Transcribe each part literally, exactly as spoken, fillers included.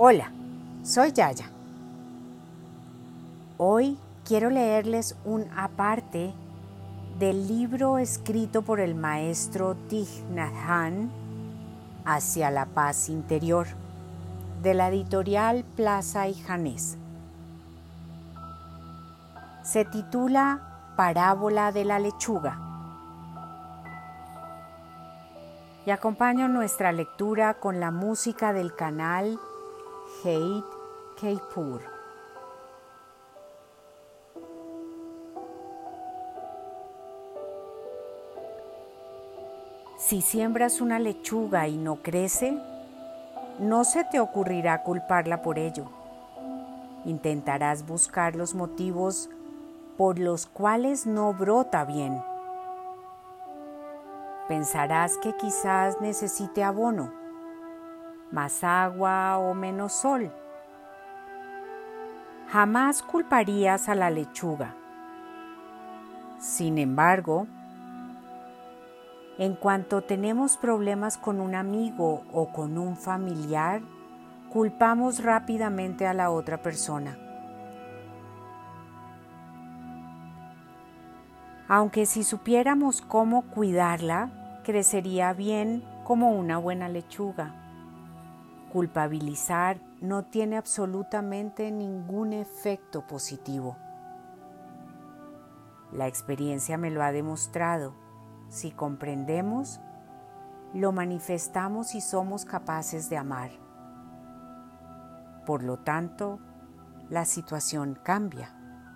Hola, soy Yaya. Hoy quiero leerles un aparte del libro escrito por el maestro Thich Nhat Hanh, Hacia la paz interior, de la editorial Plaza y Janés. Se titula Parábola de la lechuga. Y acompaño nuestra lectura con la música del canal Hate Kapoor. Si siembras una lechuga y no crece, no se te ocurrirá culparla por ello. Intentarás buscar los motivos por los cuales no brota bien. Pensarás que quizás necesite abono, más agua o menos sol. Jamás culparías a la lechuga. Sin embargo, en cuanto tenemos problemas con un amigo o con un familiar, culpamos rápidamente a la otra persona. Aunque si supiéramos cómo cuidarla, crecería bien como una buena lechuga. Culpabilizar no tiene absolutamente ningún efecto positivo. La experiencia me lo ha demostrado. Si comprendemos, lo manifestamos y somos capaces de amar. Por lo tanto, la situación cambia.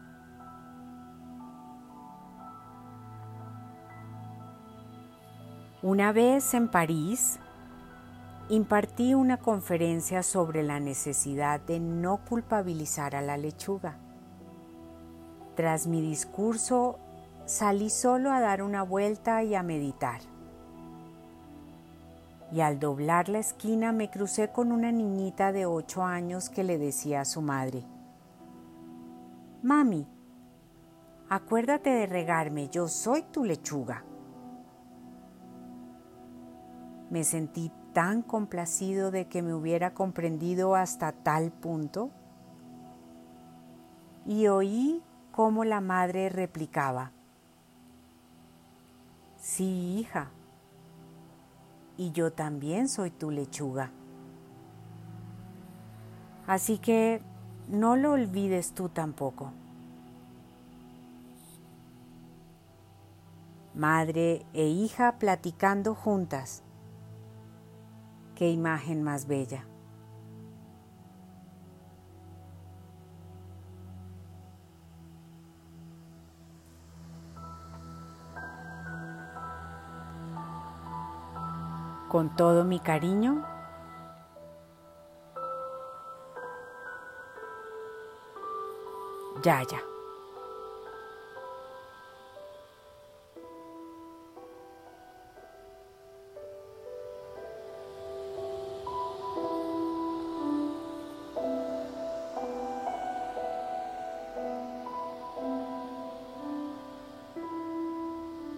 Una vez en París, impartí una conferencia sobre la necesidad de no culpabilizar a la lechuga. Tras mi discurso, salí solo a dar una vuelta y a meditar. Y al doblar la esquina me crucé con una niñita de ocho años que le decía a su madre: «Mami, acuérdate de regarme, yo soy tu lechuga». Me sentí tan complacido de que me hubiera comprendido hasta tal punto. Y oí cómo la madre replicaba: «Sí, hija, y yo también soy tu lechuga. Así que no lo olvides tú tampoco». Madre e hija platicando juntas. ¡Qué imagen más bella! Con todo mi cariño, Yaya.